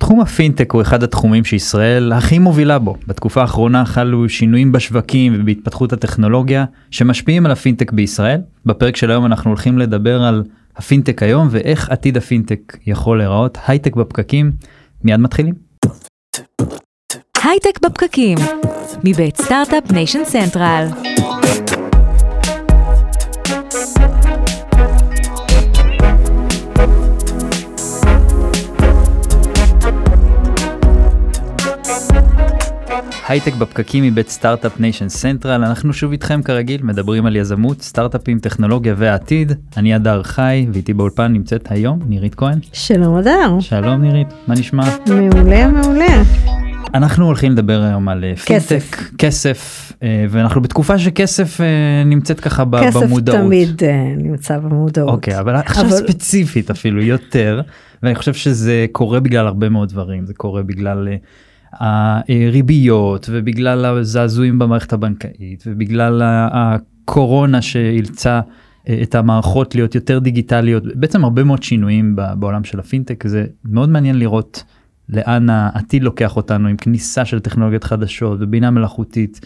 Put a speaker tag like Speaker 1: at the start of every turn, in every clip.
Speaker 1: תחום הפינטק הוא אחד התחומים שישראל הכי מובילה בו. בתקופה האחרונה חלו שינויים בשווקים ובהתפתחות הטכנולוגיה שמשפיעים על הפינטק בישראל. בפרק של היום אנחנו הולכים לדבר על הפינטק היום ואיך עתיד הפינטק יכול להיראות. הייטק בפקקים, מיד מתחילים.
Speaker 2: הייטק בפקקים, מבית סטארט-אפ ניישן סנטרל.
Speaker 1: הייטק בפקקים מבית סטארט-אפ ניישן סנטרל. אנחנו שוב איתכם כרגיל, מדברים על יזמות, סטארט-אפים, טכנולוגיה והעתיד. אני אדר חי, ואיתי באולפן נמצאת היום נירית כהן.
Speaker 3: שלום אדר.
Speaker 1: שלום נירית, מה נשמע?
Speaker 3: מעולה, מעולה.
Speaker 1: אנחנו הולכים לדבר היום על פינטק, כסף, ואנחנו בתקופה שכסף נמצאת ככה במודעות.
Speaker 3: כסף תמיד נמצא במודעות.
Speaker 1: אוקיי, אבל עכשיו ספציפית אפילו יותר, ואני חושב שזה קורה בגלל הרבה מאוד דברים. זה קורה בגלל הריביות, ובגלל הזעזועים במערכת הבנקאית, ובגלל הקורונה שאילצה את המערכות להיות יותר דיגיטליות. בעצם הרבה מאוד שינויים בעולם של הפינטק. זה מאוד מעניין לראות לאן העתיד לוקח אותנו עם כניסה של טכנולוגיות חדשות ובינה מלאכותית.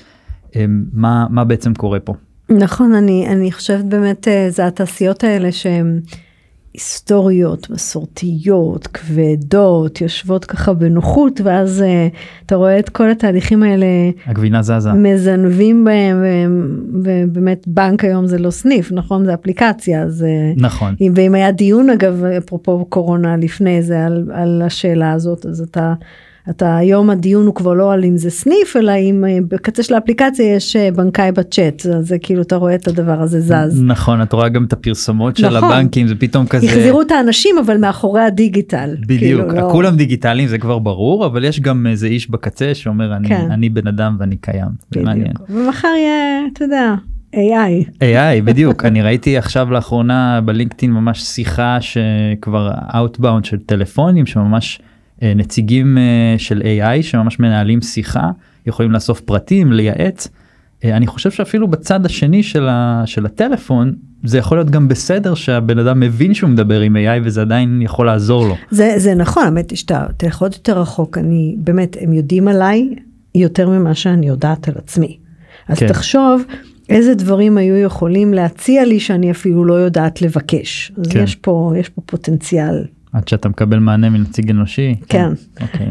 Speaker 1: מה בעצם קורה פה?
Speaker 3: נכון, אני חושבת באמת זה התעשיות האלה שהן היסטוריות, מסורתיות, כבדות, יושבות ככה בנוחות, ואז אתה רואה את כל התהליכים האלה,
Speaker 1: הגבינה זזה,
Speaker 3: מזנבים בהם, ובאמת בנק היום זה לא סניף, נכון? זה אפליקציה, אז
Speaker 1: נכון.
Speaker 3: ואם היה דיון אגב, אפרופו קורונה לפני זה, על השאלה הזאת, אז אתה היום הדיון הוא כבר לא על אם זה סניף, אלא אם בקצה של האפליקציה יש בנקאי בצ'אט, זה כאילו אתה רואה את הדבר הזה זז.
Speaker 1: נכון, אתה רואה גם את הפרסומות של הבנקים, זה פתאום כזה.
Speaker 3: החזירו את האנשים, אבל מאחורי הדיגיטל.
Speaker 1: בדיוק, כולם דיגיטליים, זה כבר ברור, אבל יש גם איזה איש בקצה שאומר, אני בן אדם ואני קיים.
Speaker 3: בדיוק, ומחר יהיה, אתה יודע,
Speaker 1: AI, בדיוק. אני ראיתי עכשיו לאחרונה בלינקדאין ממש שיחה שכבר outbound של טלפונים, שממש נציגים של AI שממש מנהלים שיחה, יכולים לאסוף פרטים, לייעץ. אני חושב שאפילו בצד השני של הטלפון, זה יכול להיות גם בסדר שהבן אדם מבין שהוא מדבר עם AI, וזה עדיין יכול לעזור לו.
Speaker 3: זה נכון, האמת, אתה יכול יותר רחוק, באמת, הם יודעים עליי יותר ממה שאני יודעת על עצמי. אז תחשוב איזה דברים היו יכולים להציע לי שאני אפילו לא יודעת לבקש. אז יש פה פוטנציאל.
Speaker 1: עד שאתה מקבל מענה מנציג אנושי.
Speaker 3: כן.
Speaker 1: אוקיי.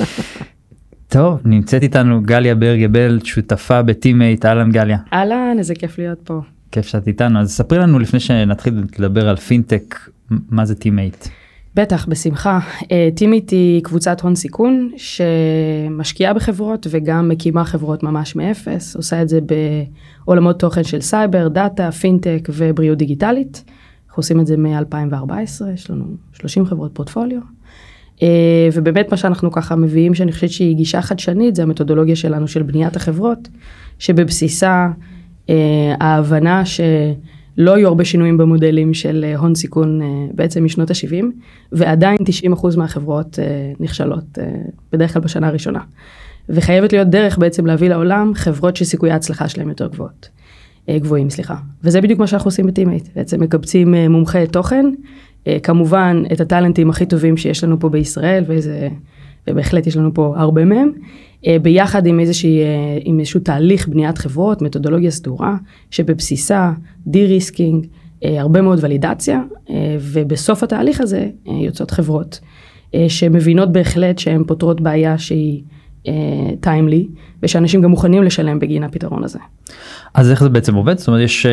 Speaker 1: טוב, נמצאת איתנו גליה ברגבל, שותפה בטימייט. אהלן גליה.
Speaker 4: אהלן, איזה כיף להיות פה.
Speaker 1: כיף שאת איתנו. אז ספרי לנו לפני שנתחיל לדבר על פינטק, מה זה טימייט?
Speaker 4: בטח, בשמחה. טימייט היא קבוצת הון סיכון שמשקיעה בחברות וגם מקימה חברות ממש מאפס. עושה את זה בעולמות תוכן של סייבר, דאטה, פינטק ובריאות דיגיטלית. אנחנו עושים את זה מ-2014, יש לנו 30 חברות פורטפוליו, ובאמת מה שאנחנו ככה מביאים, שאני חושבת שהיא גישה חדשנית, זה המתודולוגיה שלנו של בניית החברות, שבבסיסה ההבנה שלא יהיו הרבה שינויים במודלים של הון סיכון בעצם משנות ה-70, ועדיין 90% מהחברות נכשלות, בדרך כלל בשנה הראשונה. וחייבת להיות דרך בעצם להביא לעולם חברות שסיכויי ההצלחה שלהם יותר גבוהים, וזה בדיוק מה שאנחנו עושים בטימייט, בעצם מקבצים מומחי תוכן, כמובן את הטלנטים הכי טובים שיש לנו פה בישראל, ובהחלט יש לנו פה הרבה מהם, ביחד עם איזשהו תהליך בניית חברות, מתודולוגיה סדורה, שבבסיסה, די-ריסקינג, הרבה מאוד ולידציה, ובסוף התהליך הזה יוצאות חברות, שמבינות בהחלט שהן פותרות בעיה שהיא טיימלי, ושאנשים גם מוכנים לשלם בגין הפתרון הזה.
Speaker 1: אז איך זה בעצם עובד? זאת אומרת, יש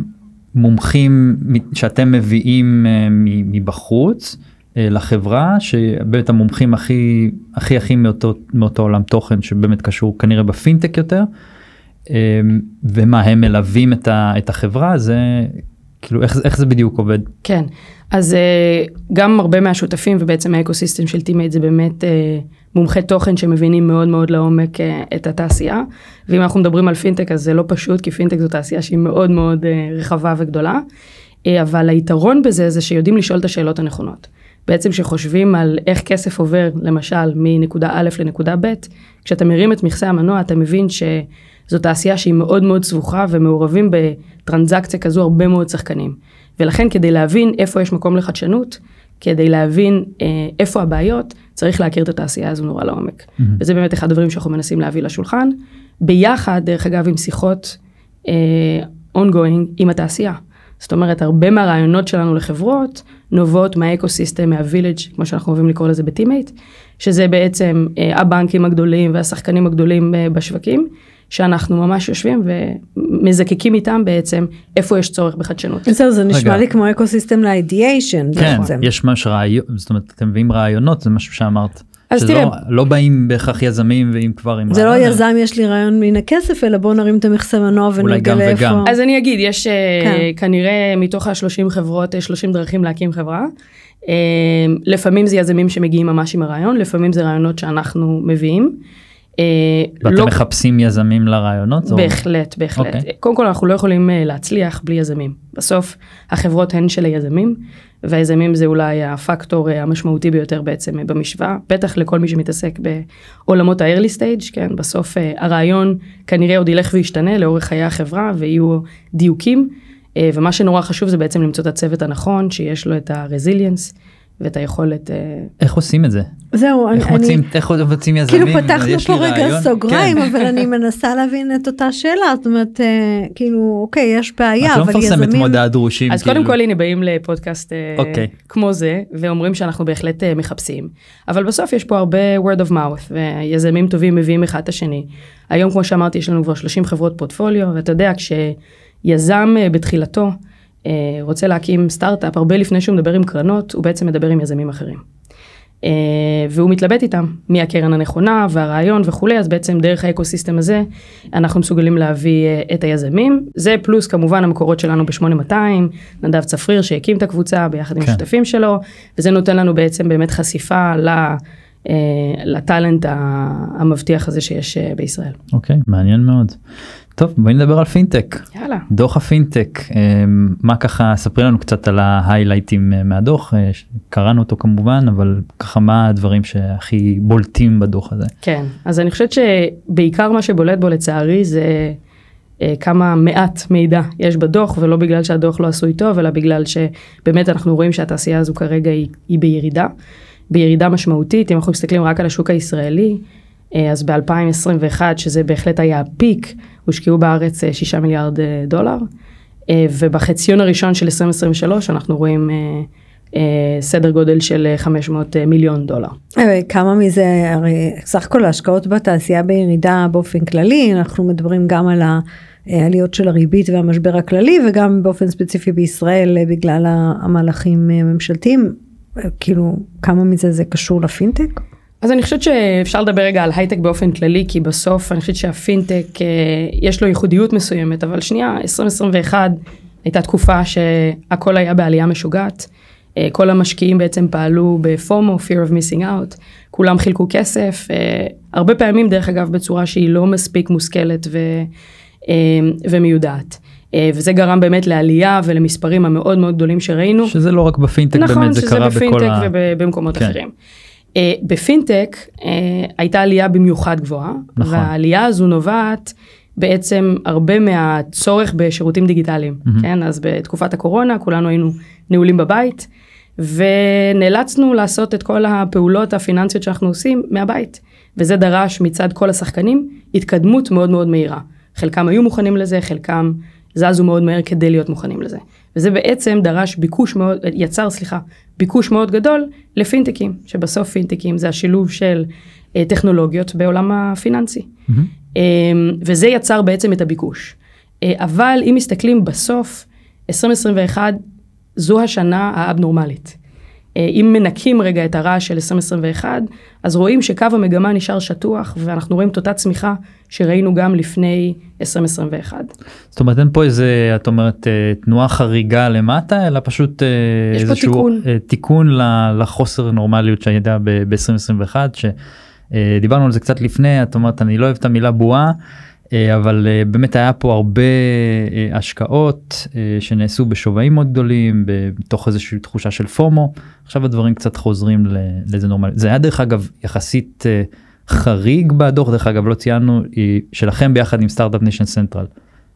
Speaker 1: מומחים שאתם מביאים מבחוץ לחברה, שבאמת המומחים הכי מאותו עולם תוכן, שבאמת קשור כנראה בפינטק יותר, ומה, הם מלווים את החברה, זה כאילו, איך זה בדיוק עובד?
Speaker 4: כן, אז גם הרבה מהשותפים, ובעצם האקוסיסטם של טימייט זה באמת מומחי תוכן שמבינים מאוד מאוד לעומק את התעשייה, ואם אנחנו מדברים על פינטק, אז זה לא פשוט, כי פינטק זו תעשייה שהיא מאוד מאוד רחבה וגדולה, אבל היתרון בזה זה שיודעים לשאול את השאלות הנכונות. בעצם שחושבים על איך כסף עובר, למשל, מנקודה א' לנקודה ב', כשאתה מרים את מכסה המנוע, אתה מבין שזו תעשייה שהיא מאוד מאוד סבוכה, ומעורבים בטרנזקציה כזו הרבה מאוד שחקנים. ולכן כדי להבין איפה יש מקום לחדשנות, כדי להבין איפה הבעיות, צריך להכיר את התעשייה הזו נורא לעומק. וזה באמת אחד הדברים שאנחנו מנסים להביא לשולחן, ביחד, דרך אגב, עם שיחות ongoing עם התעשייה. זאת אומרת, הרבה מהרעיונות שלנו לחברות נובעות מהאקוסיסטם, מהווילג', כמו שאנחנו אוהבים לקרוא לזה בטימייט, שזה בעצם הבנקים הגדולים והשחקנים הגדולים בשווקים, שאנחנו ממש יושבים ומזקקים איתם בעצם איפה יש צורך בחדשנות.
Speaker 3: זה נשמע לי כמו אקוסיסטם לאידיאשן.
Speaker 1: כן, יש משהו רעיון, זאת אומרת, אתם מביאים רעיונות, זה משהו שאמרת. שזה לא באים בהכרח יזמים ואם כבר עם
Speaker 3: זה לא יזם יש לי רעיון מן הכסף, אלא בוא נרים את המכסה מנוע ונגלה איפה.
Speaker 4: אז אני אגיד, יש כנראה מתוך ה-30 חברות, 30 דרכים להקים חברה. לפעמים זה יזמים שמגיעים ממש עם הרעיון, לפעמים זה רעיונות שאנחנו מביאים.
Speaker 1: ואתם מחפשים יזמים לרעיונות?
Speaker 4: בהחלט, בהחלט. קודם כל אנחנו לא יכולים להצליח בלי יזמים. בסוף החברות הן של היזמים, והיזמים זה אולי הפקטור המשמעותי ביותר בעצם במשוואה, בטח לכל מי שמתעסק בעולמות ה-early stage, כן, בסוף הרעיון כנראה עוד ילך וישתנה לאורך חיי החברה, ויהיו דיוקים, ומה שנורא חשוב זה בעצם למצוא את הצוות הנכון, שיש לו את ה-resilience, ואת היכולת...
Speaker 1: איך עושים את זה?
Speaker 3: זהו,
Speaker 1: איך מוצאים יזמים?
Speaker 3: כאילו פתחנו פה רגע סוגריים, אבל אני מנסה להבין את אותה שאלה, זאת אומרת, כאילו, אוקיי, יש בעיה, אבל יזמים...
Speaker 1: את לא מפרסמת מודעה דרושים.
Speaker 4: אז קודם כל, הנה, באים לפודקאסט כמו זה, ואומרים שאנחנו בהחלט מחפשים, אבל בסוף יש פה הרבה word of mouth, ויזמים טובים מביאים אחד את השני. היום, כמו שאמרתי, יש לנו כבר 30 חברות פורטפוליו, ואתה יודע, כשיזם בתחילתו, רוצה להקים סטארט-אפ, הרבה לפני שהוא מדבר עם קרנות, הוא בעצם מדבר עם יזמים אחרים. והוא מתלבט איתם, מי הקרן הנכונה והרעיון וכו', אז בעצם דרך האקוסיסטם הזה, אנחנו מסוגלים להביא את היזמים. זה פלוס כמובן המקורות שלנו ב-8200, נדב צפריר שהקים את הקבוצה ביחד עם השותפים שלו, וזה נותן לנו בעצם באמת חשיפה לטלנט המבטיח הזה שיש בישראל.
Speaker 1: אוקיי, מעניין מאוד. טוב, בואי נדבר על פינטק.
Speaker 4: יאללה.
Speaker 1: דוח הפינטק, מה ככה, ספרי לנו קצת על ההיילייטים מהדוח, קראנו אותו כמובן, אבל ככה מה הדברים שהכי בולטים בדוח הזה?
Speaker 4: כן, אז אני חושבת שבעיקר מה שבולט בו לצערי זה כמה מעט מידע יש בדוח, ולא בגלל שהדוח לא עשוי טוב, אלא בגלל שבאמת אנחנו רואים שהתעשייה הזו כרגע היא בירידה משמעותית, אם אנחנו מסתכלים רק על השוק הישראלי, אז ב-2021, שזה בהחלט היה הפיק, הושקעו בארץ 6 מיליארד דולר, ובחציון הראשון של 2023 אנחנו רואים סדר גודל של 500 מיליון דולר.
Speaker 3: כמה מזה, הרי סך הכל ההשקעות בתעשייה בירידה באופן כללי, אנחנו מדברים גם על העליות של הריבית והמשבר הכללי, וגם באופן ספציפי בישראל בגלל המהלכים הממשלתיים, כאילו כמה מזה זה קשור לפינטק?
Speaker 4: אז אני חושבת שאפשר לדבר רגע על הייטק באופן כללי, כי בסוף אני חושבת שהפינטק יש לו ייחודיות מסוימת, אבל שנייה, 2021 הייתה תקופה שהכל היה בעלייה משוגעת, כל המשקיעים בעצם פעלו בפומו, fear of missing out, כולם חילקו כסף, הרבה פעמים דרך אגב בצורה שהיא לא מספיק מושכלת ומיודעת. וזה גרם באמת לעלייה ולמספרים המאוד מאוד גדולים שראינו.
Speaker 1: שזה לא רק בפינטק, באמת זה קרה בכל
Speaker 4: נכון, שזה בפינטק ובמקומות אחרים. בפינטק הייתה עלייה במיוחד גבוהה, נכון. והעלייה הזו נובעת בעצם הרבה מהצורך בשירותים דיגיטליים, כן? אז בתקופת הקורונה כולנו היינו נעולים בבית, ונאלצנו לעשות את כל הפעולות הפיננסיות שאנחנו עושים מהבית, וזה דרש מצד כל השחקנים התקדמות מאוד מאוד מהירה. חלקם היו מוכנים לזה, חלקם זזו מאוד מהר כדי להיות מוכנים לזה. וזה בעצם דרש ביקוש מאוד גדול לפינטקים, שבסוף פינטקים זה השילוב של טכנולוגיות בעולם הפיננסי. וזה יצר בעצם את הביקוש. אבל אם מסתכלים בסוף, 2021 זו השנה האבנורמלית. אם מנקים רגע את הרעש של 2021, אז רואים שקו המגמה נשאר שטוח, ואנחנו רואים את אותה צמיחה שראינו גם לפני 2021.
Speaker 1: זאת אומרת, אין פה איזה, את אומרת, תנועה חריגה למטה, אלא פשוט איזשהו תיקון לחוסר נורמליות שהייתה ב-2021, שדיברנו על זה קצת לפני, את אומרת, אני לא אוהב את המילה בועה, אבל באמת היה פה הרבה השקעות שנעשו בשווים מאוד גדולים, בתוך איזושהי תחושה של פומו, עכשיו הדברים קצת חוזרים לאיזה נורמלי. זה היה דרך אגב יחסית חריג בדוח, דרך אגב לא ציינו, שלכם ביחד עם סטארט-אפ ניישן סנטרל.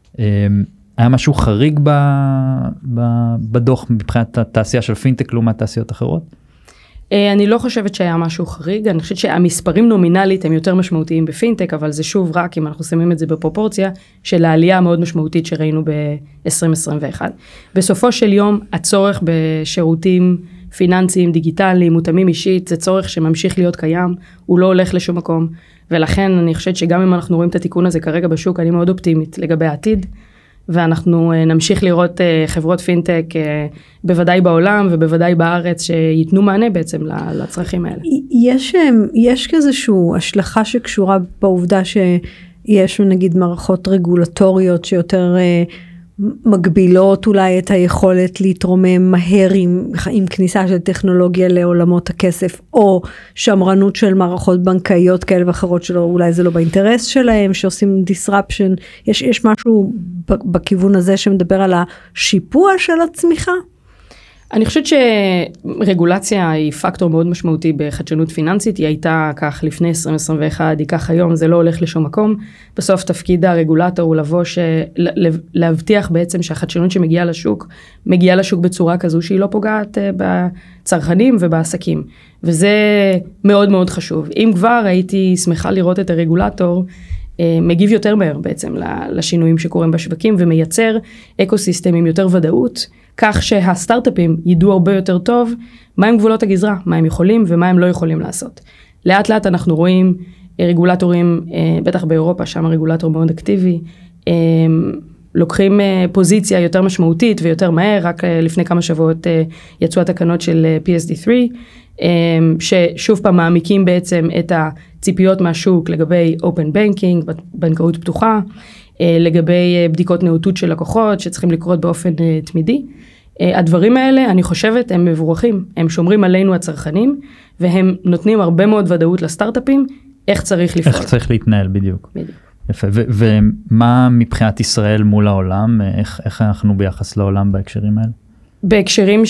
Speaker 1: היה משהו חריג בדוח מבחינת התעשייה של פינטק לעומת תעשיות אחרות?
Speaker 4: אני לא חושבת שהיה משהו חריג, אני חושבת שהמספרים נומינלית הם יותר משמעותיים בפינטק, אבל זה שוב רק אם אנחנו שמים את זה בפרופורציה, של העלייה המאוד משמעותית שראינו ב-2021. בסופו של יום, הצורך בשירותים פיננסיים, דיגיטליים, מותאמים אישית, זה צורך שממשיך להיות קיים, הוא לא הולך לשום מקום, ולכן אני חושבת שגם אם אנחנו רואים את התיקון הזה כרגע בשוק, אני מאוד אופטימית לגבי העתיד, ואנחנו נמשיך לראות חברות פינטק בוודאי בעולם ובוודאי בארץ שיתנו מענה בעצם לצרכים האלה.
Speaker 3: יש איזושהי השלכה שקשורה בעובדה שיש נגיד מערכות רגולטוריות שיותר מגבילות אולי את היכולת להתרומם מהר עם כניסה של טכנולוגיה לעולמות הכסף, או שמרנות של מערכות בנקאיות כאלה ואחרות שלא, אולי זה לא באינטרס שלהם, שעושים disruption, יש משהו בכיוון הזה שמדבר על השיפוע של הצמיחה?
Speaker 4: אני חושבת שרגולציה היא פקטור מאוד משמעותי בחדשנות פיננסית, היא הייתה כך לפני 2021, היא כך היום, זה לא הולך לשום מקום, בסוף תפקיד הרגולטור הוא לבוא להבטיח בעצם שהחדשנות שמגיעה לשוק, מגיעה לשוק בצורה כזו שהיא לא פוגעת בצרכנים ובעסקים, וזה מאוד מאוד חשוב. אם כבר הייתי שמחה לראות את הרגולטור, מגיב יותר מהר בעצם לשינויים שקורים בשווקים, ומייצר אקוסיסטם עם יותר ודאות, כך שהסטארט-אפים ידעו הרבה יותר טוב מה הם גבולות הגזרה, מה הם יכולים ומה הם לא יכולים לעשות. לאט לאט אנחנו רואים רגולטורים, בטח באירופה, שם הרגולטור מאוד אקטיבי, לוקחים פוזיציה יותר משמעותית ויותר מהר, רק לפני כמה שבועות יצאו התקנות של PSD3, ששוב פעם מעמיקים בעצם את הציפיות מהשוק לגבי open banking, בנקאות פתוחה, לגבי בדיקות נאותות של לקוחות שצריכים לקרות באופן תמידי. הדברים האלה, אני חושבת, הם מבורכים, הם שומרים עלינו הצרכנים, והם נותנים הרבה מאוד ודאות לסטארט-אפים, איך צריך לפעול.
Speaker 1: איך צריך להתנהל בדיוק.
Speaker 4: בדיוק.
Speaker 1: יפה, ומה מבחינת ישראל מול העולם, איך אנחנו ביחס לעולם בהקשרים האלה?
Speaker 4: בהקשרים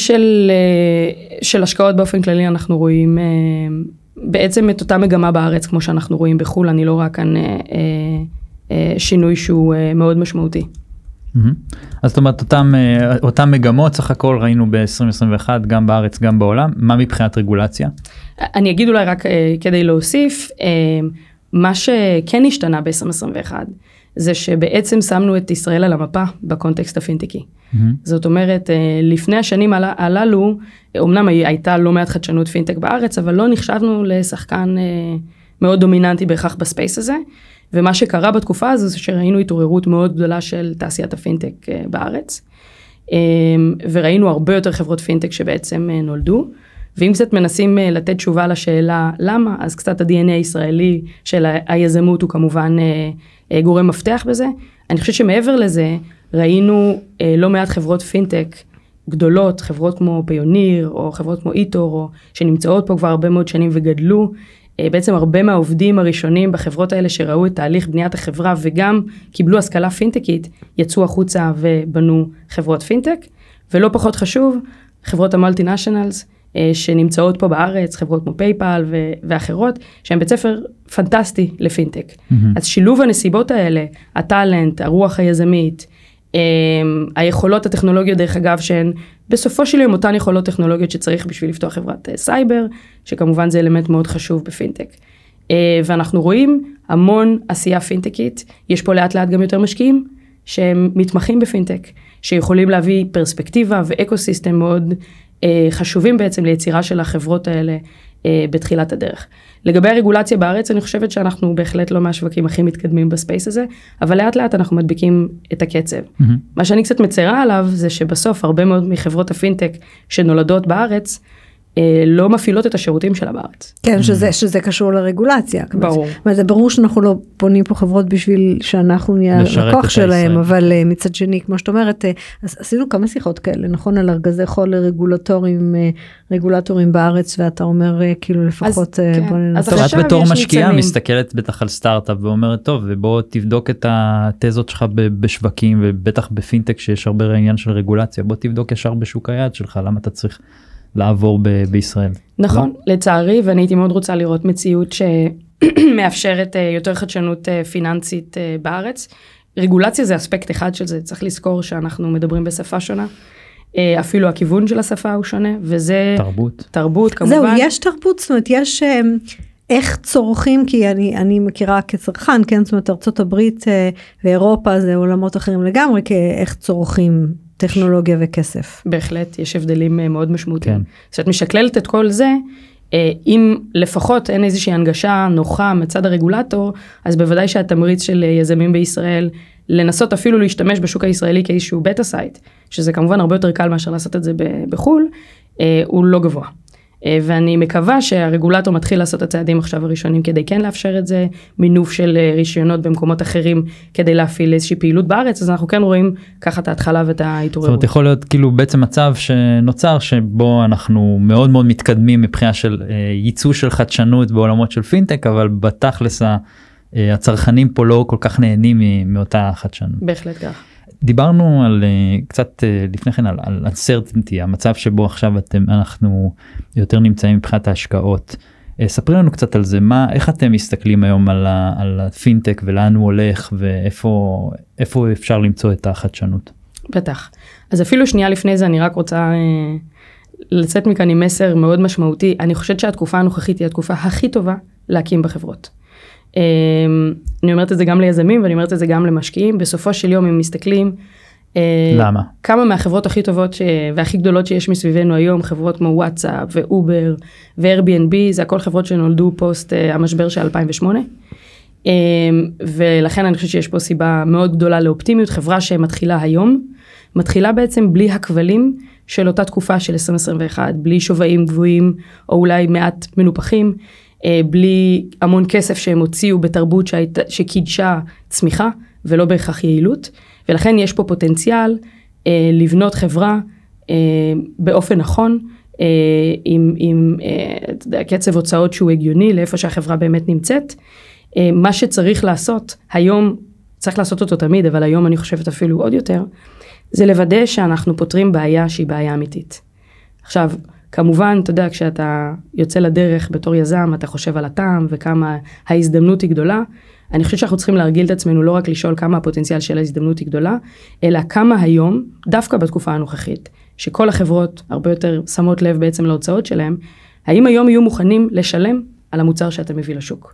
Speaker 4: של השקעות באופן כללי, אנחנו רואים בעצם את אותה מגמה בארץ, כמו שאנחנו רואים בחול, אני לא רואה כאן שינוי שהוא מאוד משמעותי.
Speaker 1: אז זאת אומרת, אותם מגמות, סך הכל ראינו ב-2021, גם בארץ, גם בעולם, מה מבחינת רגולציה?
Speaker 4: אני אגיד אולי רק כדי להוסיף, מה שכן השתנה ב-2021, זה שבעצם שמנו את ישראל על המפה בקונטקסט הפינטקי. זאת אומרת, לפני השנים הללו, אמנם הייתה לא מעט חדשנות פינטק בארץ, אבל לא נחשבנו לשחקן מאוד דומיננטי בהכרח בספייס הזה, ומה שקרה בתקופה הזו זה שראינו התעוררות מאוד גדולה של תעשיית הפינטק בארץ, וראינו הרבה יותר חברות פינטק שבעצם נולדו, ואם קצת מנסים לתת תשובה לשאלה למה, אז קצת ה-DNA הישראלי של היזמות הוא כמובן גורם מפתח בזה. אני חושבת שמעבר לזה, ראינו לא מעט חברות פינטק גדולות, חברות כמו פיוניר, או חברות כמו איטור, שנמצאות פה כבר הרבה מאוד שנים וגדלו, בעצם הרבה מהעובדים הראשונים בחברות האלה שראו את תהליך בניית החברה, וגם קיבלו השכלה פינטקית, יצאו החוצה ובנו חברות פינטק, ולא פחות חשוב, חברות המולטינשיונלס, שנמצאות פה בארץ, חברות כמו פייפל ואחרות, שהן בית ספר פנטסטי לפינטק. אז שילוב הנסיבות האלה, הטלנט, הרוח היזמית, היכולות הטכנולוגיות דרך אגב, שהן בסופו של יום אותן יכולות טכנולוגיות שצריך בשביל לפתוח חברת סייבר, שכמובן זה אלמנט מאוד חשוב בפינטק. ואנחנו רואים המון עשייה פינטקית, יש פה לאט לאט גם יותר משקיעים, שהם מתמחים בפינטק, שיכולים להביא פרספקטיבה ואקוסיסטם מאוד חשובים בעצם ליצירה של החברות האלה בתחילת הדרך. לגבי הרגולציה בארץ, אני חושבת שאנחנו בהחלט לא מהשווקים הכי מתקדמים בספייס הזה, אבל לאט לאט אנחנו מדביקים את הקצב. מה שאני קצת מצרה עליו, זה שבסוף הרבה מאוד מחברות הפינטק שנולדות בארץ, לא מפעילות את השירותים שלה בארץ.
Speaker 3: כן, שזה קשור לרגולציה.
Speaker 4: ברור.
Speaker 3: זה ברור שאנחנו לא פונים פה חברות בשביל שאנחנו נהיה לקוח שלהם, אבל מצד שני, כמו שאת אומרת, עשינו כמה שיחות כאלה, נכון, על ארגזי חול לרגולטורים בארץ, ואתה אומר כאילו לפחות בוא ננסה.
Speaker 1: את בתור משקיעה מסתכלת בטח על סטארט-אפ ואומרת, טוב, ובוא תבדוק את התזות שלך בשווקים, ובטח בפינטק שיש הרבה עניין של רגולציה, בוא תבדוק ישר בשוק היד שלך, למה אתה צריך לעבור בישראל. נכון,
Speaker 4: לצערי, ואני הייתי מאוד רוצה לראות מציאות שמאפשרת יותר חדשנות פיננסית בארץ. רגולציה זה אספקט אחד של זה, צריך לזכור שאנחנו מדברים בשפה שונה. אפילו הכיוון של השפה הוא שונה, וזה תרבות כמובן.
Speaker 3: זהו, יש תרבות, זאת אומרת, יש איך צורכים, כי אני מכירה כצרכן, כן, זאת אומרת, ארצות הברית ואירופה זה עולמות אחרים לגמרי, כאיך צורכים טכנולוגיה וכסף.
Speaker 4: בהחלט, יש הבדלים מאוד משמעותיים. כשאת משקללת את כל זה, אם לפחות אין איזושהי הנגשה נוחה מצד הרגולטור, אז בוודאי שהתמריץ של יזמים בישראל, לנסות אפילו להשתמש בשוק הישראלי כאיזשהו בטה סייט, שזה כמובן הרבה יותר קל מאשר לעשות את זה בחול, הוא לא גבוה. ואני מקווה שהרגולטור מתחיל לעשות את הצעדים עכשיו הראשונים, כדי כן לאפשר את זה, מינוף של רישיונות במקומות אחרים, כדי להפעיל איזושהי פעילות בארץ, אז אנחנו כן רואים ככה את ההתחלה ואת ההתעוררות.
Speaker 1: זאת אומרת, יכול להיות כאילו בעצם מצב שנוצר, שבו אנחנו מאוד מאוד מתקדמים מבחינה של ייצוא של חדשנות בעולמות של פינטק, אבל בתכלס הצרכנים פה לא כל כך נהנים מאותה חדשנות.
Speaker 4: בהחלט כך.
Speaker 1: דיברנו על קצת לפני כן על uncertainty, המצב שבו עכשיו אנחנו יותר נמצאים מבחינת ההשקעות. ספרי לנו קצת על זה, איך אתם מסתכלים היום על הפינטק ולאן הוא הולך ואיפה אפשר למצוא את החדשנות?
Speaker 4: בטח. אז אפילו שנייה לפני זה אני רק רוצה לצאת מכאן עם מסר מאוד משמעותי. אני חושבת שהתקופה הנוכחית היא התקופה הכי טובה להקים בחברות. אני אומרת את זה גם ליזמים ואני אומרת את זה גם למשקיעים. בסופו של יום אם מסתכלים,
Speaker 1: למה?
Speaker 4: כמה מהחברות הכי טובות והכי גדולות שיש מסביבנו היום, חברות כמו וואטסאפ ואובר ו-Airbnb, זה הכל חברות שנולדו פוסט המשבר של 2008. ולכן אני חושבת שיש פה סיבה מאוד גדולה לאופטימיות. חברה שמתחילה היום, מתחילה בעצם בלי הכבלים של אותה תקופה של 2021, בלי שווים גבוהים או אולי מעט מנופחים, בלי המון כסף שהם הוציאו בתרבות שקידשה צמיחה ולא בהכרח יעילות, ולכן יש פה פוטנציאל לבנות חברה באופן נכון, עם קצב הוצאות שהוא הגיוני לאיפה שהחברה באמת נמצאת. מה שצריך לעשות היום, צריך לעשות אותו תמיד, אבל היום אני חושבת אפילו עוד יותר, זה לוודא שאנחנו פותרים בעיה שהיא בעיה אמיתית. עכשיו, כמובן, אתה יודע, כשאתה יוצא לדרך בתור יזם, אתה חושב על הטעם וכמה ההזדמנות היא גדולה. אני חושבת שאנחנו צריכים להרגיל את עצמנו לא רק לשאול כמה הפוטנציאל של ההזדמנות היא גדולה, אלא כמה היום, דווקא בתקופה הנוכחית, שכל החברות הרבה יותר שמות לב בעצם להוצאות שלהם, האם היום יהיו מוכנים לשלם על המוצר שאתה מביא לשוק?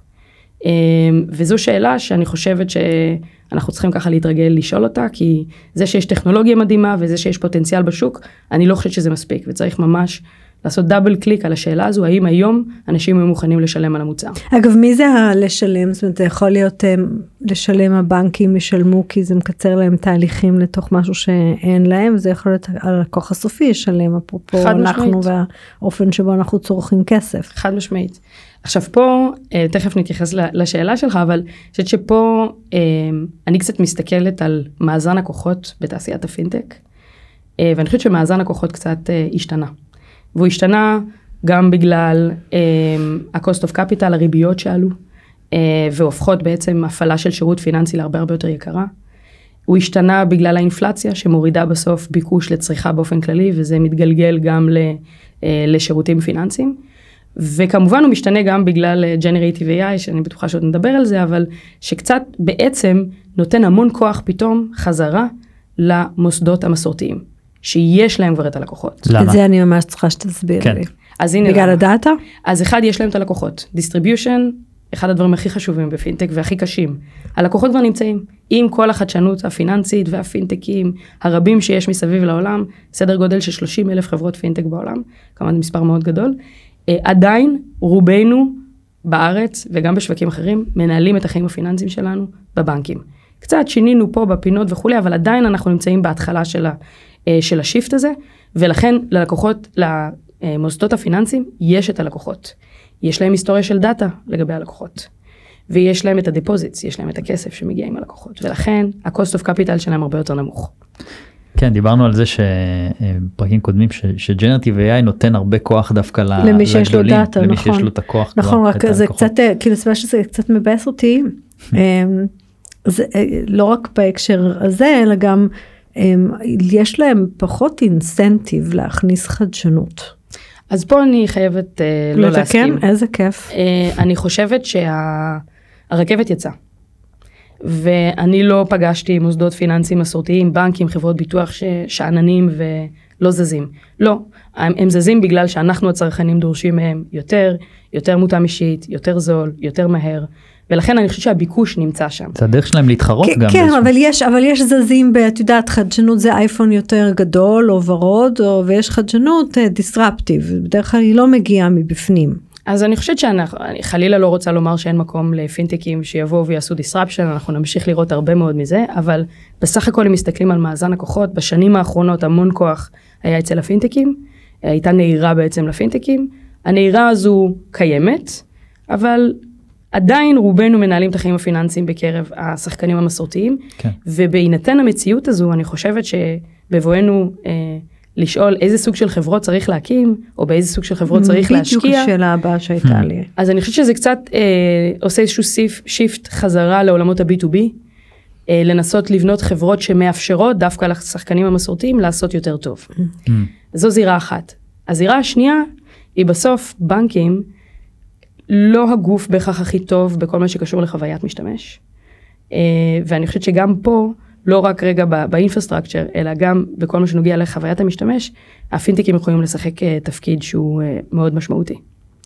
Speaker 4: וזו שאלה שאני חושבת שאנחנו צריכים ככה להתרגל לשאול אותה, כי זה שיש טכנולוגיה מדהימה וזה שיש פוטנציאל בשוק, אני לא חושבת שזה מספיק, וצריך ממש לעשות דאבל קליק על השאלה הזו, האם היום אנשים הם מוכנים לשלם על המוצר.
Speaker 3: אגב, מי זה לשלם? זאת אומרת, זה יכול להיות לשלם, הבנקים ישלמו, כי זה מקצר להם תהליכים לתוך משהו שאין להם, זה יכול להיות הלקוח הסופי ישלם, אפרופו אנחנו והאופן שבו אנחנו צורכים כסף.
Speaker 4: חד משמעית. עכשיו פה, תכף נתייחס לשאלה שלך, אבל אני חושבת שפה אני קצת מסתכלת על מאזן הכוחות בתעשיית הפינטק, ואני חושבת שמאזן הכוחות קצת השתנה. והוא השתנה גם בגלל ה-cost of capital, הריביות שעלו, והופכות בעצם הפעלה של שירות פיננסי להרבה הרבה יותר יקרה. הוא השתנה בגלל האינפלציה, שמורידה בסוף ביקוש לצריכה באופן כללי, וזה מתגלגל גם לשירותים פיננסיים. וכמובן הוא משתנה גם בגלל Generative AI, שאני בטוחה שעוד נדבר על זה, אבל שקצת בעצם נותן המון כוח פתאום חזרה למוסדות המסורתיים, שיש להם כבר את הלקוחות.
Speaker 3: למה? את זה אני ממש צריכה שתסביר לי.
Speaker 4: אז הנה
Speaker 3: בגלל הדאטה?
Speaker 4: אז אחד, יש להם את הלקוחות. Distribution, אחד הדברים הכי חשובים בפינטק והכי קשים. הלקוחות כבר נמצאים, עם כל החדשנות הפיננסית והפינטקים הרבים שיש מסביב לעולם, סדר גודל של 30,000 חברות פינטק בעולם, כמובן מספר מאוד גדול. עדיין רובנו בארץ וגם בשווקים אחרים מנהלים את החיים הפיננסיים שלנו בבנקים. קצת שינינו פה בפינות וכולי, אבל עדיין אנחנו נמצאים בהתחלה של השיפט הזה, ולכן ללקוחות, למוסדות הפיננסיים יש את הלקוחות. יש להם היסטוריה של דאטה לגבי הלקוחות, ויש להם את הדפוזיטס, יש להם את הכסף שמגיע עם הלקוחות, ולכן ה-cost of capital שלהם הרבה יותר נמוך.
Speaker 1: כן, דיברנו על זה שפרקים קודמים, שג'נרטיב AI נותן הרבה כוח דווקא לגדולים.
Speaker 3: למי שיש לו דאטה, נכון.
Speaker 1: למי שיש לו את הכוח.
Speaker 3: נכון, רק זה קצת, כאילו סביבה שזה קצת מבאס אותי, זה לא רק בהקשר הזה, אלא גם יש להם פחות אינסנטיב להכניס חדשנות.
Speaker 4: אז פה אני חייבת לא להסכים.
Speaker 3: איזה כיף.
Speaker 4: אני חושבת שהרכבת יצאה. ואני לא פגשתי מוסדות פיננסיים מסורתיים, בנקים, חברות ביטוח שעננים ולא לא זזים. לא, הם זזים בגלל שאנחנו הצרכנים דורשים מהם יותר מותאם אישית, יותר זול, יותר מהר, ולכן אני חושבת שהביקוש נמצא שם.
Speaker 1: זה הדרך שלהם להתחרות גם.
Speaker 3: כן, אבל יש זזים, את יודעת, חדשנות זה אייפון יותר גדול או ורוד, ויש חדשנות דיסרפטיב, בדרך כלל היא לא מגיעה מבפנים.
Speaker 4: אז אני חושבת שאני חלילה לא רוצה לומר שאין מקום לפינטקים שיבואו ויעשו disruption, אנחנו נמשיך לראות הרבה מאוד מזה, אבל בסך הכל אם מסתכלים על מאזן הכוחות, בשנים האחרונות המון כוח היה אצל הפינטקים, הייתה נהירה בעצם לפינטקים, הנהירה הזו קיימת, אבל עדיין רובנו מנהלים את החיים הפיננסיים בקרב השחקנים המסורתיים, כן. ובהינתן המציאות הזו, אני חושבת שבבואנו לשאול איזה סוג של חברות צריך להקים, או באיזה סוג של חברות צריך להשקיע.
Speaker 3: בדיוק השאלה הבאה שהייתה לי.
Speaker 4: אז אני חושבת שזה קצת עושה איזשהו שיפט חזרה לעולמות ה-B2B, לנסות לבנות חברות שמאפשרות דווקא לשחקנים המסורתיים לעשות יותר טוב. זו זירה אחת. הזירה השנייה היא בסוף בנקים, לא הגוף בהכרח הכי טוב בכל מה שקשור לחוויית משתמש. ואני חושבת שגם פה, לא רק רגע באינפרסטרקצ'ר, אלא גם בכל מה שנוגע לחוויית המשתמש, הפינטקים יכולים לשחק תפקיד שהוא מאוד משמעותי.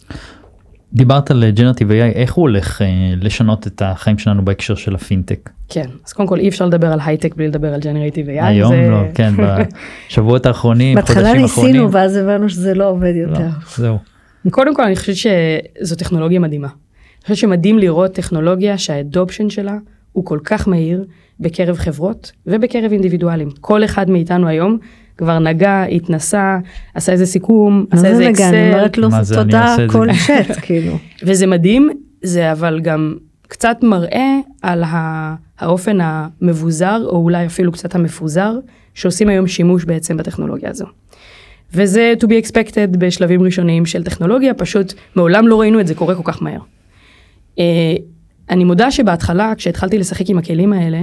Speaker 1: דיברת על ג'נרטיב AI, איך הוא הולך לשנות את החיים שלנו בהקשר של הפינטק?
Speaker 4: כן, אז קודם כל אי אפשר לדבר על הייטק בלי לדבר על ג'נרטיב AI.
Speaker 1: היום לא, כן, בשבועות האחרונים, חודשים
Speaker 3: בהתחלה
Speaker 1: האחרונים.
Speaker 3: ניסינו ואז הבנו שזה לא עובד יותר.
Speaker 1: זהו.
Speaker 4: קודם כל אני חושבת שזו טכנולוגיה מדהימה. אני חושבת שמדהים לראות טכנולוגיה שהאדופשן שלה הוא כל כך מהיר בקרב חברות ובקרב אינדיבידואלים. כל אחד מאיתנו היום כבר נגע, התנסה, עשה איזה סיכום, עשה איזה אקסל.
Speaker 3: אני אומרת לו תודה כל שט, כאילו.
Speaker 4: וזה מדהים, זה אבל גם קצת מראה על האופן המבוזר, או אולי אפילו קצת המפוזר, שעושים היום שימוש בעצם בטכנולוגיה הזו. וזה to be expected בשלבים ראשוניים של טכנולוגיה, פשוט מעולם לא ראינו את זה קורה כל כך מהר. אני מודה שבהתחלה, כשהתחלתי לשחק עם הכלים האלה,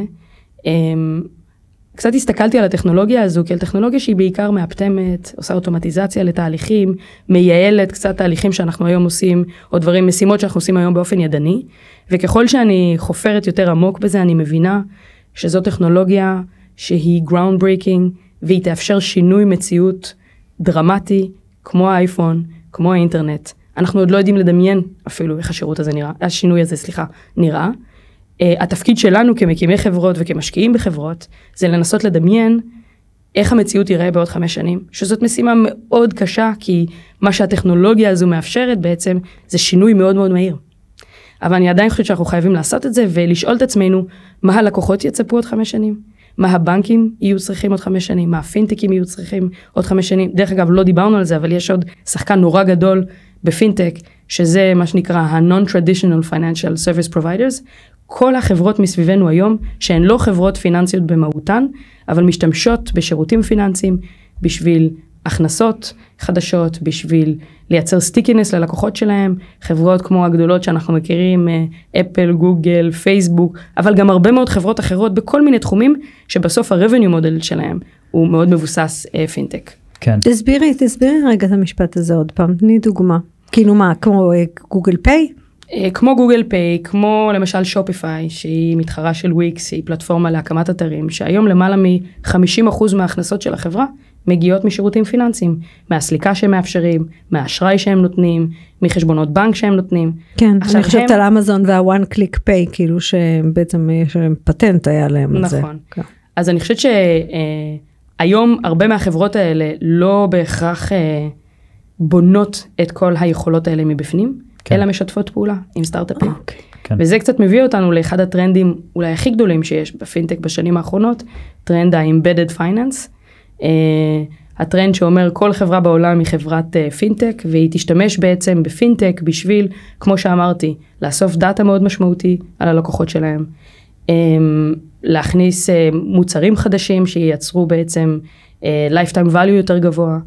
Speaker 4: קצת הסתכלתי על הטכנולוגיה הזו, כאל טכנולוגיה שהיא בעיקר מאפטמת, עושה אוטומטיזציה לתהליכים, מייעלת קצת תהליכים שאנחנו היום עושים, או דברים, משימות שאנחנו עושים היום באופן ידני, וככל שאני חופרת יותר עמוק בזה, אני מבינה שזו טכנולוגיה שהיא ground breaking, והיא תאפשר שינוי מציאות דרמטי, כמו האייפון, כמו האינטרנט. אנחנו עוד לא יודעים לדמיין אפילו איך השינוי הזה נראה. התפקיד שלנו כמקימי חברות וכמשקיעים בחברות, זה לנסות לדמיין איך המציאות ייראה בעוד 5 שנים, שזאת משימה מאוד קשה, כי מה שהטכנולוגיה הזו מאפשרת בעצם, זה שינוי מאוד מאוד מהיר. אבל אני עדיין חושבת שאנחנו חייבים לעשות את זה, ולשאול את עצמנו, מה הלקוחות יצפו עוד 5 שנים? מה הבנקים יהיו צריכים עוד 5 שנים? מה הפינטקים יהיו צריכים עוד 5 שנים? דרך אגב, לא דיברנו על זה, אבל יש עוד שחקן נורא גדול בפינטק, שזה מה שנקרא ה-non-traditional financial service providers. כל החברות מסביבנו היום, שהן לא חברות פיננסיות במהותן, אבל משתמשות בשירותים פיננסיים בשביל הכנסות חדשות, בשביל לייצר סטיקינס ללקוחות שלהם, חברות כמו הגדולות שאנחנו מכירים, אפל, גוגל, פייסבוק, אבל גם הרבה מאוד חברות אחרות בכל מיני תחומים, שבסוף ה-revenue model שלהם הוא מאוד מבוסס פינטק.
Speaker 1: כן.
Speaker 3: תסבירי רגע את המשפט הזה עוד פעם, תני דוגמה. כאילו מה, כמו גוגל פיי?
Speaker 4: כמו גוגל פיי, כמו למשל שופיפיי, שהיא מתחרה של וויקס, היא פלטפורמה להקמת אתרים, שהיום למעלה מ-50% מההכנסות של החברה, מגיעות משירותים פיננסיים, מהסליקה שהם מאפשרים, מהאשראי שהם נותנים, מחשבונות בנק שהם נותנים.
Speaker 3: כן, אני חושבת על אמזון וה-one click pay, כאילו שבעצם יש להם פטנט היה להם על זה.
Speaker 4: נכון. אז אני חושבת שהיום הרבה מהחברות האלה לא בהכרח בונות את כל היכולות האלה מבפנים, אלא משתפות פעולה עם סטארט-אפים. וזה קצת מביא אותנו לאחד הטרנדים אולי הכי גדולים שיש בפינטק בשנים האחרונות, טרנד ה-embedded finance, הטרנד שאומר כל חברה בעולם היא חברת פינטק, והיא תשתמש בעצם בפינטק בשביל, כמו שאמרתי, לאסוף דאטה מאוד משמעותי על הלקוחות שלהם, להכניס מוצרים חדשים שייצרו בעצם lifetime value יותר גבוה,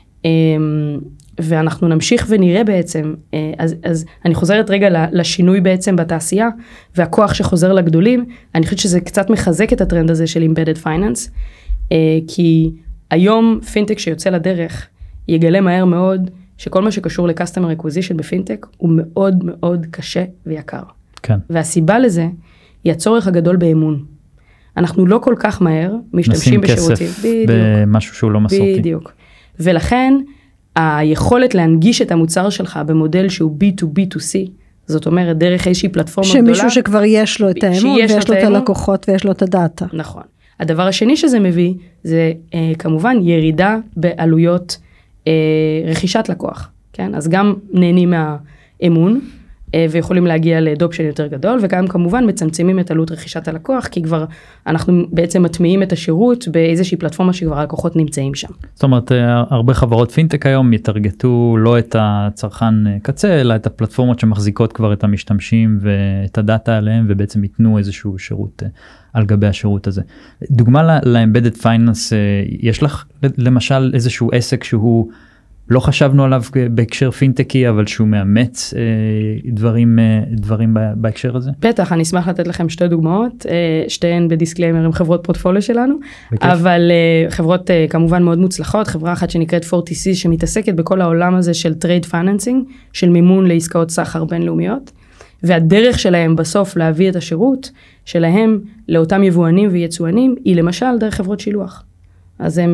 Speaker 4: ואנחנו נמשיך ונראה בעצם, אז אני חוזרת רגע לשינוי בעצם בתעשייה, והכוח שחוזר לגדולים, אני חושבת שזה קצת מחזק את הטרנד הזה של embedded finance, כי היום פינטק שיוצא לדרך, יגלה מהר מאוד, שכל מה שקשור ל-customer acquisition בפינטק, הוא מאוד מאוד קשה ויקר.
Speaker 1: כן.
Speaker 4: והסיבה לזה, היא הצורך הגדול באמון. אנחנו לא כל כך מהר משתמשים בשירותים.
Speaker 1: נשים כסף במשהו שהוא לא מסורתי.
Speaker 4: בדיוק. ולכן, היכולת להנגיש את המוצר שלך במודל שהוא B2B2C, זאת אומרת, דרך איזושהי פלטפורמה גדולה.
Speaker 3: שמישהו שכבר יש לו את האמון, ויש לו את הלקוחות, ויש לו את הדאטה.
Speaker 4: נכון. הדבר השני שזה מביא, זה כמובן ירידה בעלויות רכישת לקוח. כן? אז גם נהנים מהאמון, ויכולים להגיע לאדופשן יותר גדול, וגם כמובן מצמצמים את עלות רכישת הלקוח, כי כבר אנחנו בעצם מטמיעים את השירות באיזושהי פלטפורמה שכבר הלקוחות נמצאים שם.
Speaker 1: זאת אומרת, הרבה חברות פינטק היום יתרגטו לא את הצרכן קצה, אלא את הפלטפורמות שמחזיקות כבר את המשתמשים ואת הדאטה עליהם, ובעצם ייתנו איזשהו שירות על גבי השירות הזה. דוגמה ל-Embedded Finance, יש לך למשל איזשהו עסק שהוא לא חשבנו עליו בהקשר פינטקי, אבל שהוא מאמץ דברים בהקשר הזה?
Speaker 4: בטח, אני אשמח לתת לכם שתי דוגמאות, שתיהן בדיסקליימר עם חברות פורטפוליו שלנו, אבל חברות כמובן מאוד מוצלחות, חברה אחת שנקראת 40C שמתעסקת בכל העולם הזה של טרייד פייננסינג, של מימון לעסקאות סחר בינלאומיות, והדרך שלהם בסוף להביא את השירות שלהם לאותם יבואנים ויצואנים, היא למשל דרך חברות שילוח. אז הם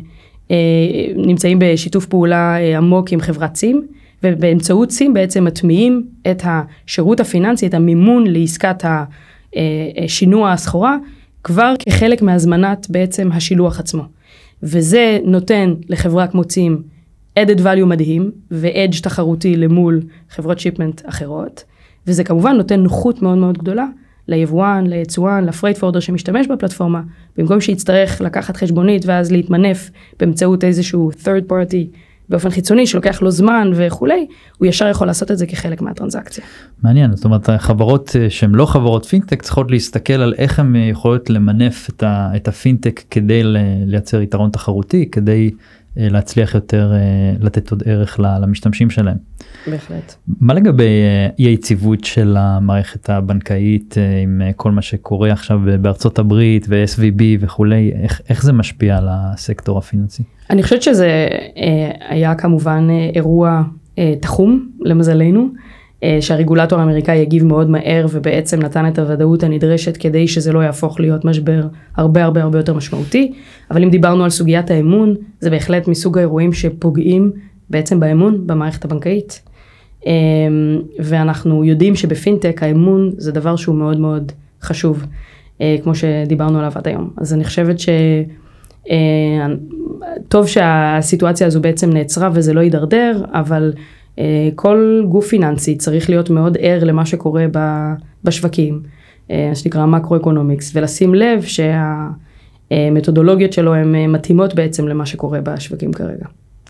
Speaker 4: נמצאים בשיתוף פעולה עמוק עם חברת סים, ובאמצעות סים בעצם מטמיעים את השירות הפיננסי, את המימון לעסקת השינוע הסחורה, כבר כחלק מהזמנת בעצם השילוח עצמו. וזה נותן לחברה כמו סים added value מדהים, ו-edge תחרותי למול חברות שיפמנט אחרות, וזה כמובן נותן נוחות מאוד מאוד גדולה, ליבואן, ליצואן, לפרייט פורדר שמשתמש בפלטפורמה, במקום שיצטרך לקחת חשבונית ואז להתמנף באמצעות איזשהו third party באופן חיצוני שלוקח לו זמן וכולי, הוא ישר יכול לעשות את זה כחלק מהטרנזקציה.
Speaker 1: מעניין, זאת אומרת, חברות שהן לא חברות פינטק צריכות להסתכל על איך הן יכולות למנף את הפינטק כדי לייצר יתרון תחרותי, כדי להצליח יותר לתת עוד ערך למשתמשים שלהם.
Speaker 4: בהחלט.
Speaker 1: מה לגבי היציבות של המערכת הבנקאית עם כל מה שקורה עכשיו בארצות הברית ו-SVB וכולי, איך זה משפיע על הסקטור הפיננסי?
Speaker 4: אני חושבת שזה היה כמובן אירוע תחום למזלנו, שהרגולטור האמריקאי יגיב מאוד מהר ובעצם נתן את הוודאות הנדרשת כדי שזה לא יהפוך להיות משבר הרבה הרבה הרבה יותר משמעותי, אבל אם דיברנו על סוגיית האמון, זה בהחלט מסוג האירועים שפוגעים בעצם באמון במערכת הבנקאית, ואנחנו יודעים שבפינטק האמון זה דבר שהוא מאוד מאוד חשוב, כמו שדיברנו עליו עד היום. אז אני חושבת טוב שהסיטואציה הזו בעצם נעצרה וזה לא יידרדר, אבל כל גוף פיננסי צריך להיות מאוד ער למה שקורה בשווקים, שנקרא מקרו-אקונומיקס, ולשים לב שהמתודולוגיות שלו הן מתאימות בעצם למה שקורה בשווקים כרגע.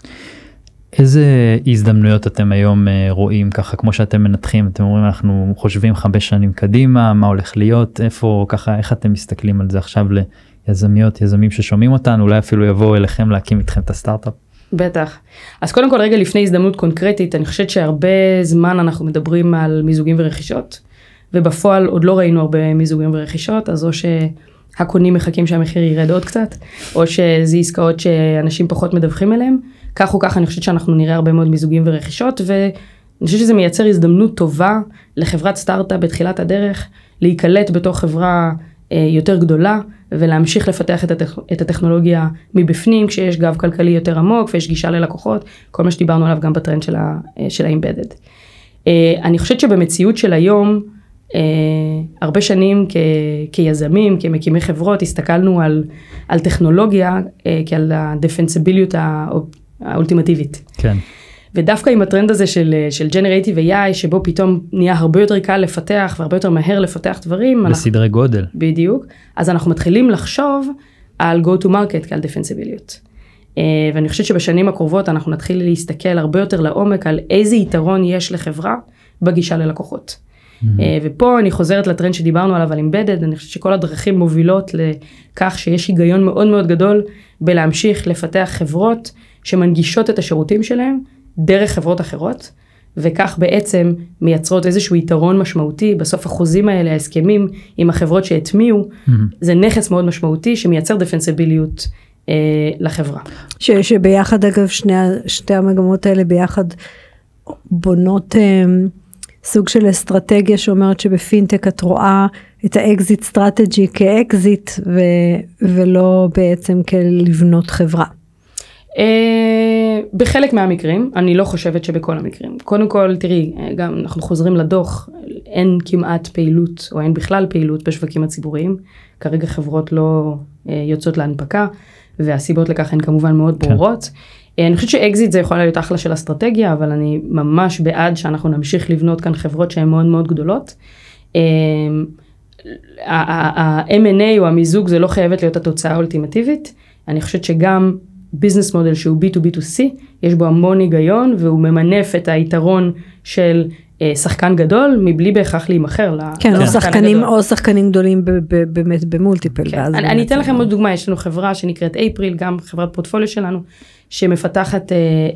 Speaker 1: איזה הזדמנויות אתם היום רואים ככה, כמו שאתם מנתחים, אתם אומרים אנחנו חושבים 5 שנים קדימה, מה הולך להיות, איפה ככה, איך אתם מסתכלים על זה עכשיו יזמים ששומעים אותנו, אולי אפילו יבואו אליכם להקים איתכם את הסטארט-אפ?
Speaker 4: בטח. אז קודם כל רגע לפני הזדמנות קונקרטית, אני חושבת שהרבה זמן אנחנו מדברים על מיזוגים ורכישות, ובפועל עוד לא ראינו הרבה מיזוגים ורכישות, אז או שהקונים מחכים שהמחיר ירד עוד קצת, או שזה עסקאות שאנשים פחות מדווחים אליהם, כך או כך אני חושבת שאנחנו נראה הרבה מאוד מיזוגים ורכישות, ואני חושבת שזה מייצר הזדמנות טובה לחברת סטארט-אפ בתחילת הדרך, להיקלט בתוך חברה יותר גדולה, ולהמשיך לפתח את הטכנולוגיה מבפנים, כשיש גב כלכלי יותר עמוק, ויש גישה ללקוחות, כל מה שדיברנו עליו גם בטרנד של ה-Embedded. אני חושבת שבמציאות של היום, הרבה שנים כיזמים, כמקימי חברות, הסתכלנו על טכנולוגיה, כעל הדפנסיביליות האולטימטיבית.
Speaker 1: כן.
Speaker 4: ודווקא עם הטרנד הזה של Generative AI, שבו פתאום נהיה הרבה יותר קל לפתח, והרבה יותר מהר לפתח דברים.
Speaker 1: בסדרי גודל.
Speaker 4: בדיוק. אז אנחנו מתחילים לחשוב על go to market כעל דפנסיביליות. ואני חושבת שבשנים הקרובות אנחנו נתחיל להסתכל הרבה יותר לעומק על איזה יתרון יש לחברה בגישה ללקוחות. ופה אני חוזרת לטרנד שדיברנו עליו על Embedded, אני חושבת שכל הדרכים מובילות לכך שיש היגיון מאוד מאוד גדול בלהמשיך לפתח חברות שמנגישות את השירותים שלהם דרך חברות אחרות, וכך בעצם מייצרות איזשהו יתרון משמעותי, בסוף החוזים האלה, ההסכמים עם החברות שהטמיעו, זה נכס מאוד משמעותי שמייצר דפנסיביליות לחברה.
Speaker 3: שביחד אגב שתי המגמות האלה ביחד בונות סוג של אסטרטגיה שאומרת שבפינטק את רואה את האקזיט סטרטג'י כאקזיט, ולא בעצם כלבנות חברה.
Speaker 4: בחלק מהמקרים, אני לא חושבת שבכל המקרים. קודם כל, תראי, גם אנחנו חוזרים לדוח, אין כמעט פעילות, או אין בכלל פעילות בשווקים הציבוריים. כרגע חברות לא יוצאות להנפקה, והסיבות לכך הן כמובן מאוד ברורות. אני חושבת שאקזיט זה יכול להיות אחלה של אסטרטגיה, אבל אני ממש בעד שאנחנו נמשיך לבנות כאן חברות שהן מאוד מאוד גדולות. ה-M&A או המיזוג זה לא חייבת להיות התוצאה האולטימטיבית. אני חושבת שגם ביזנס מודל שהוא B2B2C, יש בו המון היגיון, והוא ממנף את היתרון של שחקן גדול, מבלי בהכרח להימחר
Speaker 3: כן, או שחקנים גדולים באמת במולטיפל.
Speaker 4: אני אתן לכם עוד דוגמה, יש לנו חברה שנקראת אפריל, גם חברת פורטפוליו שלנו, שמפתחת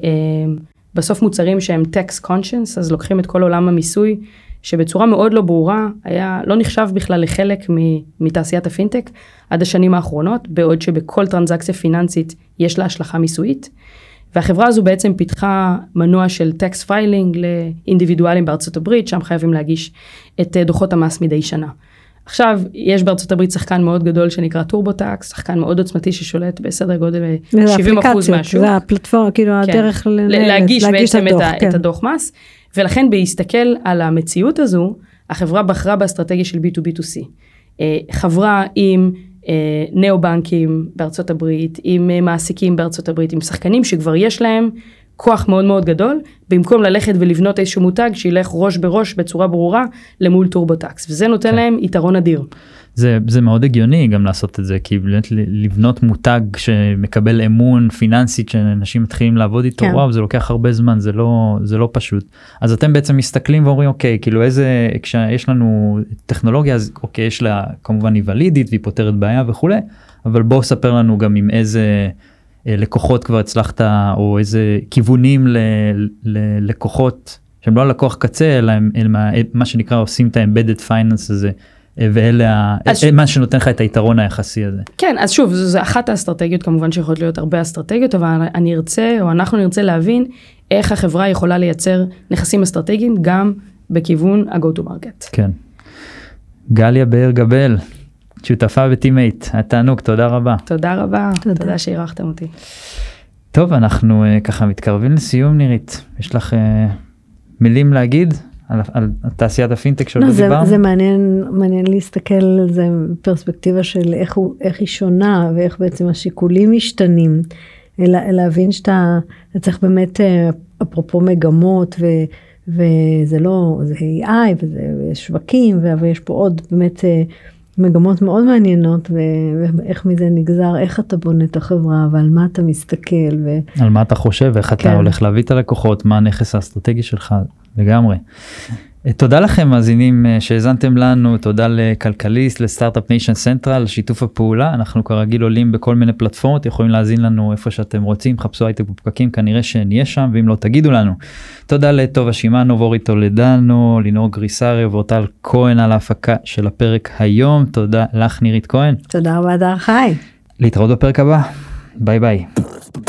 Speaker 4: בסוף מוצרים שהם tax conscious, אז לוקחים את כל עולם המיסוי, שבצורה מאוד לא ברורה, לא נחשב בכלל לחלק מתעשיית הפינטק, עד השנים האחרונות, בעוד שבכל טרנזקציה פיננסית יש לה השלכה מיסויית, והחברה הזו בעצם פיתחה מנוע של טקס פיילינג לאינדיבידואלים בארצות הברית, שם חייבים להגיש את דוחות המס מדי שנה. עכשיו, יש בארצות הברית שחקן מאוד גדול שנקרא טורבוטקס, שחקן מאוד עוצמתי ששולט בסדר גודל 70% מהשוק.
Speaker 3: זה הפלטפורמה, כאילו הדרך
Speaker 4: להגיש בעצם את הדוח מס, ולכן בהסתכל על המציאות הזו, החברה בחרה באסטרטגיה של B2B2C. חברה עם נאו-בנקים בארצות הברית, עם מעסיקים בארצות הברית, עם שחקנים שכבר יש להם כוח מאוד מאוד גדול, במקום ללכת ולבנות איזשהו מותג שילך ראש בראש בצורה ברורה למול טורבוטקס, וזה נותן להם יתרון אדיר.
Speaker 1: זה מאוד הגיוני גם לעשות את זה, כי לבנות מותג שמקבל אמון פיננסית שאנשים מתחילים לעבוד איתו, וואו, זה לוקח הרבה זמן, זה לא פשוט. אז אתם בעצם מסתכלים ואומרים, אוקיי, כאילו כשיש לנו טכנולוגיה, אז אוקיי, יש לה כמובן היא ולידית, והיא פותרת בעיה וכו', אבל בואו ספר לנו גם עם איזה לקוחות כבר הצלחת, או איזה כיוונים ללקוחות, שהם לא לקוח קצה, אלא מה שנקרא עושים את ה-embedded finance הזה, ואלה מה שנותן לך את היתרון היחסי הזה.
Speaker 4: כן, אז שוב, זו אחת האסטרטגיות, כמובן שיכולות להיות הרבה אסטרטגיות, אבל אנחנו נרצה להבין איך החברה יכולה לייצר נכסים אסטרטגיים, גם בכיוון ה-go to market.
Speaker 1: כן. גליה באר גבל, שותפה וטימייט, התענוג, תודה רבה.
Speaker 4: תודה רבה, תודה שהערכתם אותי.
Speaker 1: טוב, אנחנו ככה מתקרבים לסיום, נירית. יש לך מילים להגיד על תעשיית הפינטק שעוד לא דיברנו?
Speaker 3: זה מעניין להסתכל על זה בפרספקטיבה של איך היא שונה, ואיך בעצם השיקולים משתנים, להבין שאתה צריך באמת, אפרופו מגמות, וזה לא, זה AI, וזה שווקים, ויש פה עוד באמת מגמות מאוד מעניינות, ואיך מזה נגזר, איך אתה בונה את החברה, ועל מה אתה מסתכל.
Speaker 1: על מה אתה חושב, איך אתה הולך להביא את הלקוחות, מה הנכס האסטרטגי שלך, לגמרי. תודה לכם מאזינים שהזנתם לנו, תודה לכלכליסט, לסטארט-אפ ניישן סנטרל, שיתוף הפעולה, אנחנו כרגיל עולים בכל מיני פלטפורמות, יכולים להזין לנו איפה שאתם רוצים, חפשו הייטק בפקקים, כנראה שנהיה שם, ואם לא תגידו לנו. תודה לטובה שימאנו, ואורי טולדנו, לינור גריסרי ואורטל כהן על ההפקה של הפרק היום, תודה לך נירית כהן.
Speaker 3: תודה רבה דר חי.
Speaker 1: להתראות בפרק הבא, ביי ביי.